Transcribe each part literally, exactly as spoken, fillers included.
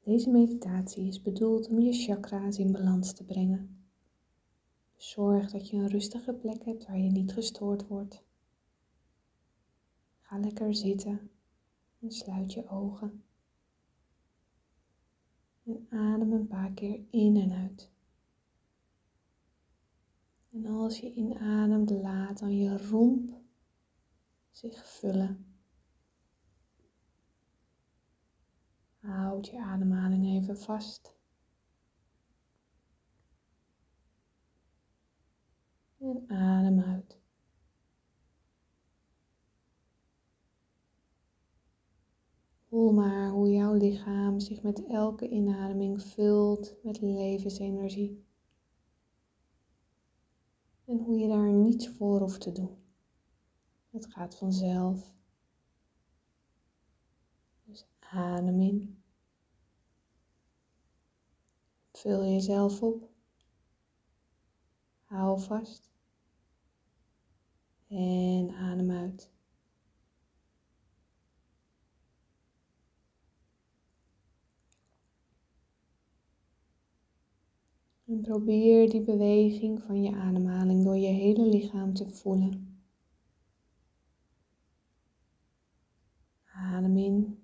Deze meditatie is bedoeld om je chakra's in balans te brengen. Zorg dat je een rustige plek hebt waar je niet gestoord wordt. Ga lekker zitten en sluit je ogen. En adem een paar keer in en uit. En als je inademt, laat dan je romp zich vullen. Houd je ademhaling even vast. En adem uit. Voel maar hoe jouw lichaam zich met elke inademing vult met levensenergie. En hoe je daar niets voor hoeft te doen. Het gaat vanzelf. Dus adem in. Vul jezelf op. Hou vast. En adem uit. En probeer die beweging van je ademhaling door je hele lichaam te voelen. Adem in.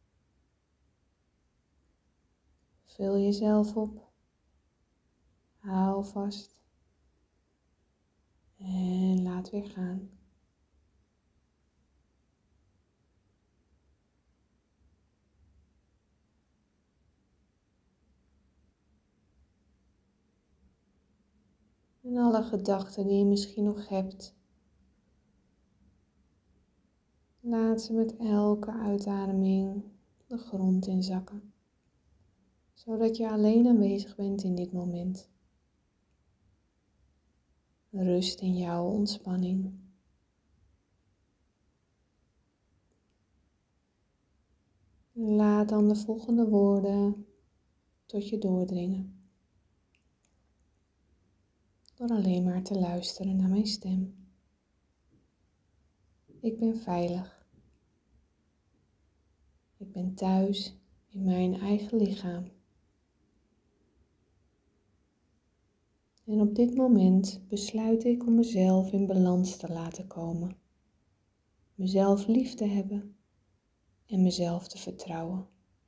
Vul jezelf op. Hou vast. En laat weer gaan. En alle gedachten die je misschien nog hebt, laat ze met elke uitademing de grond inzakken. Zodat je alleen aanwezig bent in dit moment. Rust in jouw ontspanning. Laat dan de volgende woorden tot je doordringen. Door alleen maar te luisteren naar mijn stem. Ik ben veilig. Ik ben thuis in mijn eigen lichaam. En op dit moment besluit ik om mezelf in balans te laten komen. Mezelf lief te hebben en mezelf te vertrouwen.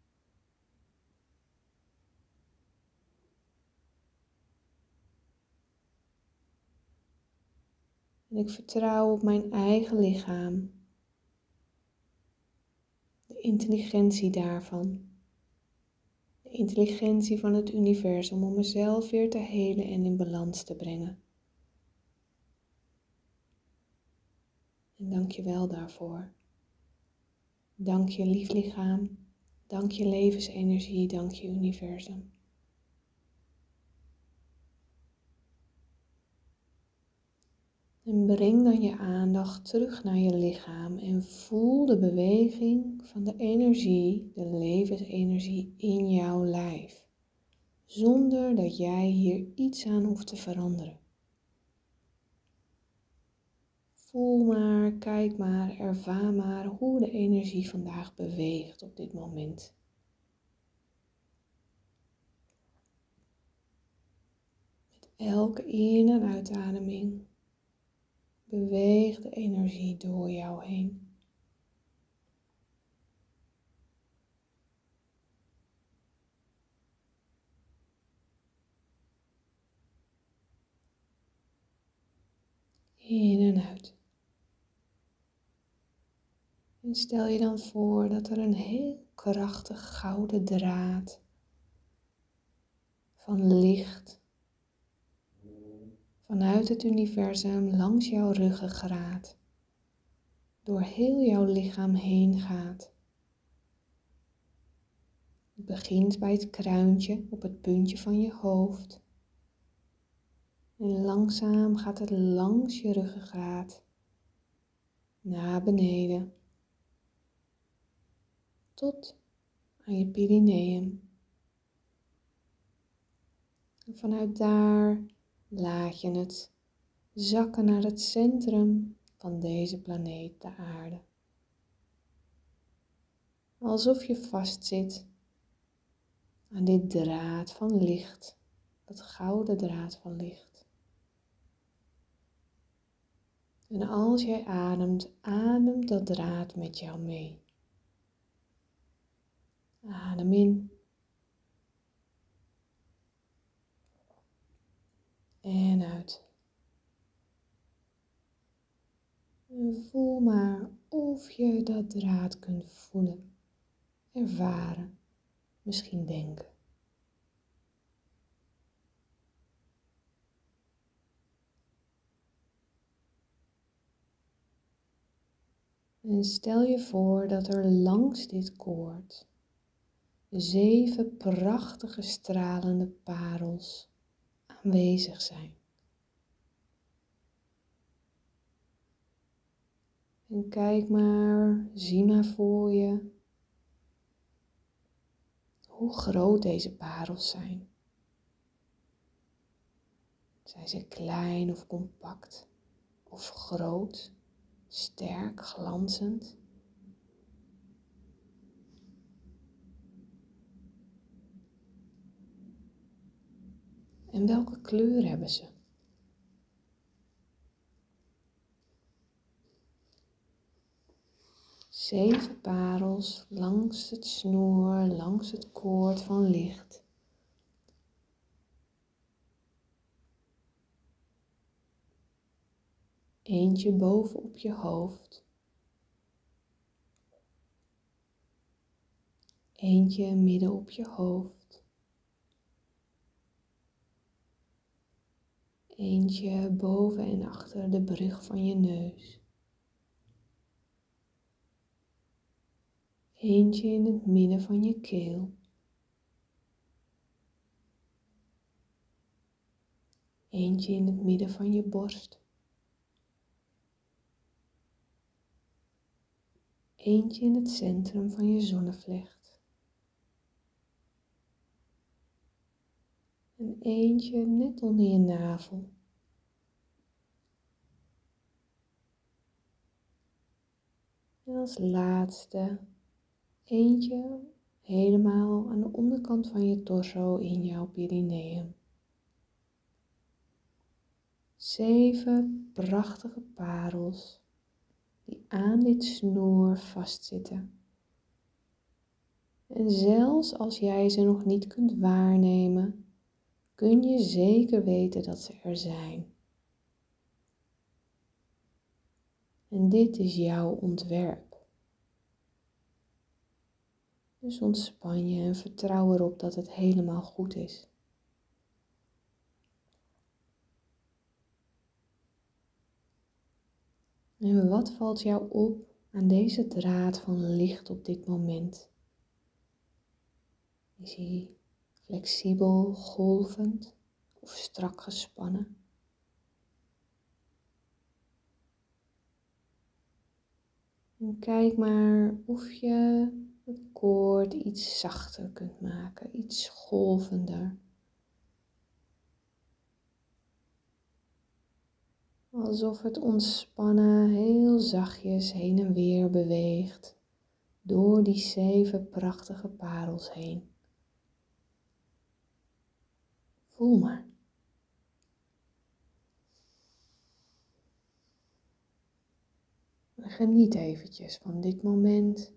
En ik vertrouw op mijn eigen lichaam. De intelligentie daarvan. De intelligentie van het universum om mezelf weer te helen en in balans te brengen. En dank je wel daarvoor. Dank je lief lichaam. Dank je levensenergie. Dank je universum. En breng dan je aandacht terug naar je lichaam en voel de beweging van de energie, de levensenergie in jouw lijf. Zonder dat jij hier iets aan hoeft te veranderen. Voel maar, kijk maar, ervaar maar hoe de energie vandaag beweegt op dit moment. Met elke in- en uitademing beweegt de energie door jou heen. In en uit. En stel je dan voor dat er een heel krachtig gouden draad van licht vanuit het universum langs jouw ruggengraat door heel jouw lichaam heen gaat. Het begint bij het kruintje op het puntje van je hoofd. En langzaam gaat het langs je ruggengraat naar beneden. Tot aan je perineum. En vanuit daar laat je het zakken naar het centrum van deze planeet, de aarde. Alsof je vastzit aan dit draad van licht, dat gouden draad van licht. En als jij ademt, ademt dat draad met jou mee. Adem in. En uit. En voel maar of je dat draad kunt voelen, ervaren, misschien denken. En stel je voor dat er langs dit koord zeven prachtige stralende parels aanwezig zijn. En kijk maar, zie maar voor je hoe groot deze parels zijn. Zijn ze klein of compact? Of groot, sterk, glanzend? En welke kleur hebben ze? Zeven parels langs het snoer, langs het koord van licht. Eentje boven op je hoofd. Eentje midden op je hoofd. Eentje boven en achter de brug van je neus. Eentje in het midden van je keel. Eentje in het midden van je borst. Eentje in het centrum van je zonnevlecht. En eentje net onder je navel. En als laatste eentje helemaal aan de onderkant van je torso in jouw perineum. Zeven prachtige parels die aan dit snoer vastzitten. En zelfs als jij ze nog niet kunt waarnemen, kun je zeker weten dat ze er zijn. En dit is jouw ontwerp. Dus ontspan je en vertrouw erop dat het helemaal goed is. En wat valt jou op aan deze draad van licht op dit moment? Is hij flexibel, golvend of strak gespannen? En kijk maar of je het koord iets zachter kunt maken, iets golvender. Alsof het ontspannen heel zachtjes heen en weer beweegt door die zeven prachtige parels heen. Voel maar. En geniet eventjes van dit moment.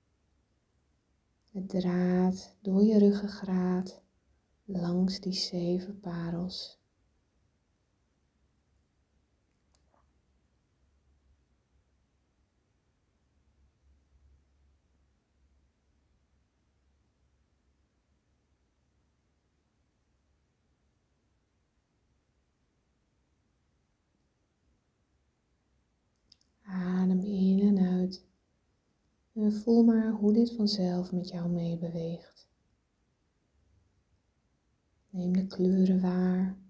Het draad door je ruggengraat langs die zeven parels. Adem in en uit. En voel maar hoe dit vanzelf met jou meebeweegt. Neem de kleuren waar.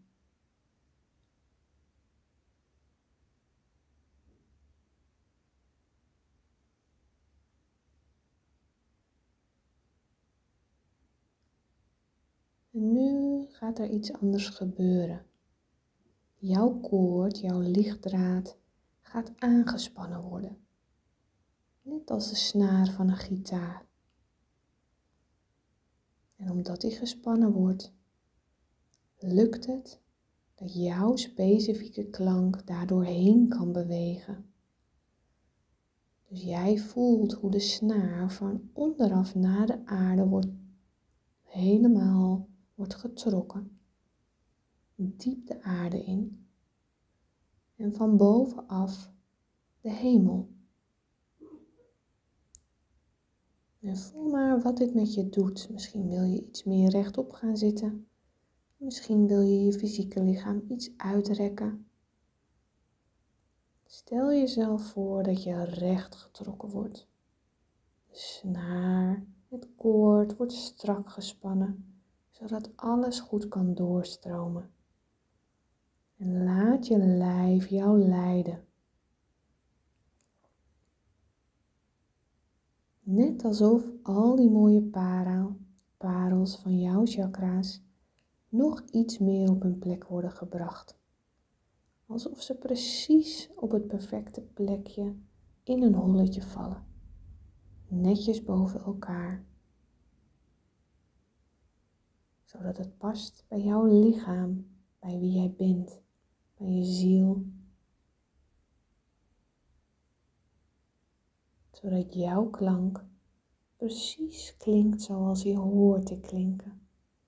En nu gaat er iets anders gebeuren. Jouw koord, jouw lichtdraad gaat aangespannen worden. Net als de snaar van een gitaar. En omdat die gespannen wordt, lukt het dat jouw specifieke klank daardoor heen kan bewegen. Dus jij voelt hoe de snaar van onderaf naar de aarde wordt helemaal wordt getrokken. Diep de aarde in. En van bovenaf de hemel. En voel maar wat dit met je doet. Misschien wil je iets meer rechtop gaan zitten. Misschien wil je je fysieke lichaam iets uitrekken. Stel jezelf voor dat je recht getrokken wordt. De snaar, het koord wordt strak gespannen, zodat alles goed kan doorstromen. En laat je lijf jou leiden. Net alsof al die mooie para, parels van jouw chakra's nog iets meer op hun plek worden gebracht. Alsof ze precies op het perfecte plekje in een holletje vallen. Netjes boven elkaar. Zodat het past bij jouw lichaam, bij wie jij bent, bij je ziel. Zodat jouw klank precies klinkt zoals je hoort te klinken.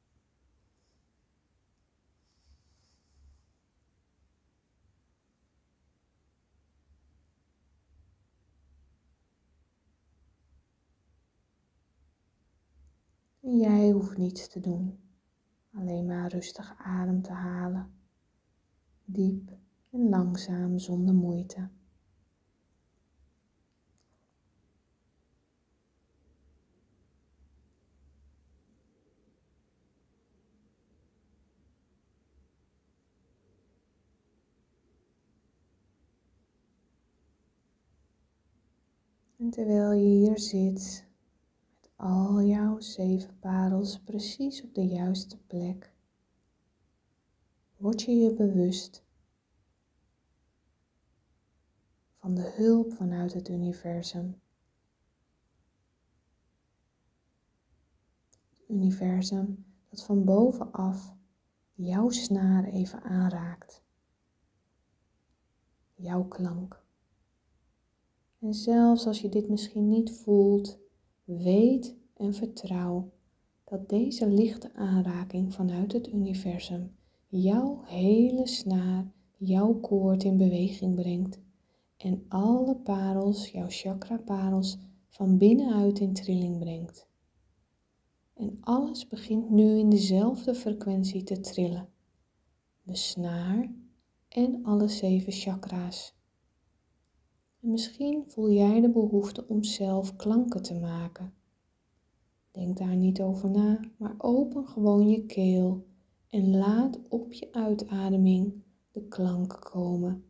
En jij hoeft niets te doen, alleen maar rustig adem te halen, diep en langzaam zonder moeite. En terwijl je hier zit, met al jouw zeven parels precies op de juiste plek, word je je bewust van de hulp vanuit het universum. Het universum dat van bovenaf jouw snaar even aanraakt. Jouw klank. En zelfs als je dit misschien niet voelt, weet en vertrouw dat deze lichte aanraking vanuit het universum jouw hele snaar, jouw koord in beweging brengt en alle parels, jouw chakra parels, van binnenuit in trilling brengt. En alles begint nu in dezelfde frequentie te trillen. De snaar en alle zeven chakra's. En misschien voel jij de behoefte om zelf klanken te maken. Denk daar niet over na, maar open gewoon je keel en laat op je uitademing de klank komen.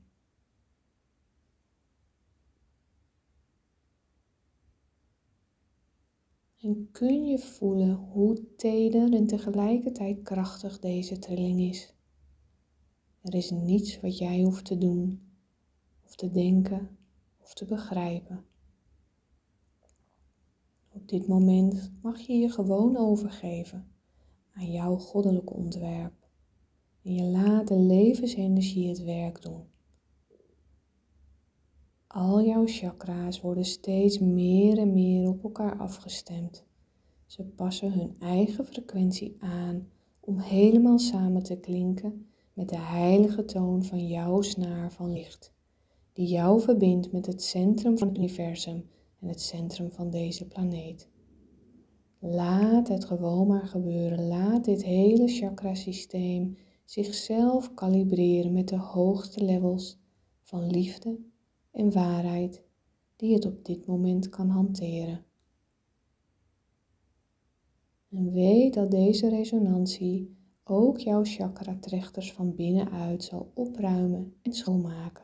En kun je voelen hoe teder en tegelijkertijd krachtig deze trilling is. Er is niets wat jij hoeft te doen, of te denken, of te begrijpen. Op dit moment mag je je gewoon overgeven aan jouw goddelijke ontwerp. En je laat de levensenergie het werk doen. Al jouw chakra's worden steeds meer en meer op elkaar afgestemd. Ze passen hun eigen frequentie aan om helemaal samen te klinken met de heilige toon van jouw snaar van licht, die jou verbindt met het centrum van het universum en het centrum van deze planeet. Laat het gewoon maar gebeuren. Laat dit hele chakrasysteem zichzelf kalibreren met de hoogste levels van liefde en waarheid die het op dit moment kan hanteren. En weet dat deze resonantie ook jouw chakratrechters van binnenuit zal opruimen en schoonmaken.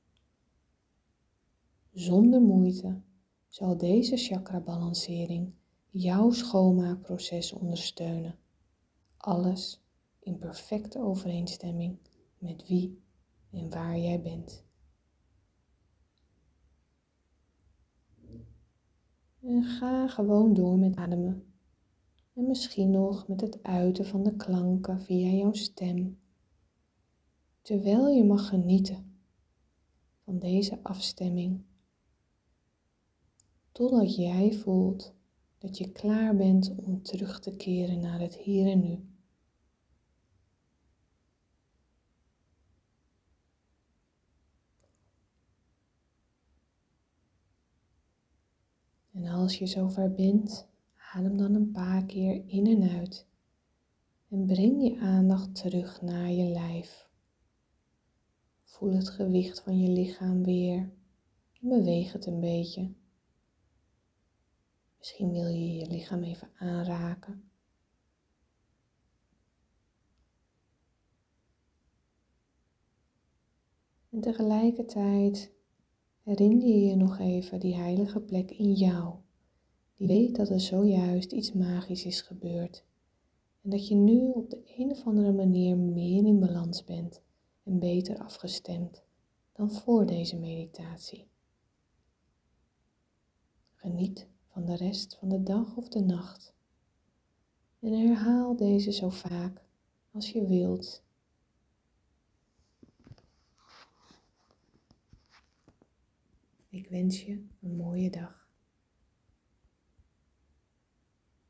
Zonder moeite zal deze chakrabalancering jouw schoonmaakproces ondersteunen. Alles in perfecte overeenstemming met wie en waar jij bent. En ga gewoon door met ademen. En misschien nog met het uiten van de klanken via jouw stem. Terwijl je mag genieten van deze afstemming. Totdat jij voelt dat je klaar bent om terug te keren naar het hier en nu. En als je zover bent, adem dan een paar keer in en uit. En breng je aandacht terug naar je lijf. Voel het gewicht van je lichaam weer en beweeg het een beetje. Misschien wil je je lichaam even aanraken. En tegelijkertijd herinner je je nog even die heilige plek in jou. Die weet dat er zojuist iets magisch is gebeurd. En dat je nu op de een of andere manier meer in balans bent en beter afgestemd dan voor deze meditatie. Geniet van de rest van de dag of de nacht. En herhaal deze zo vaak als je wilt. Ik wens je een mooie dag.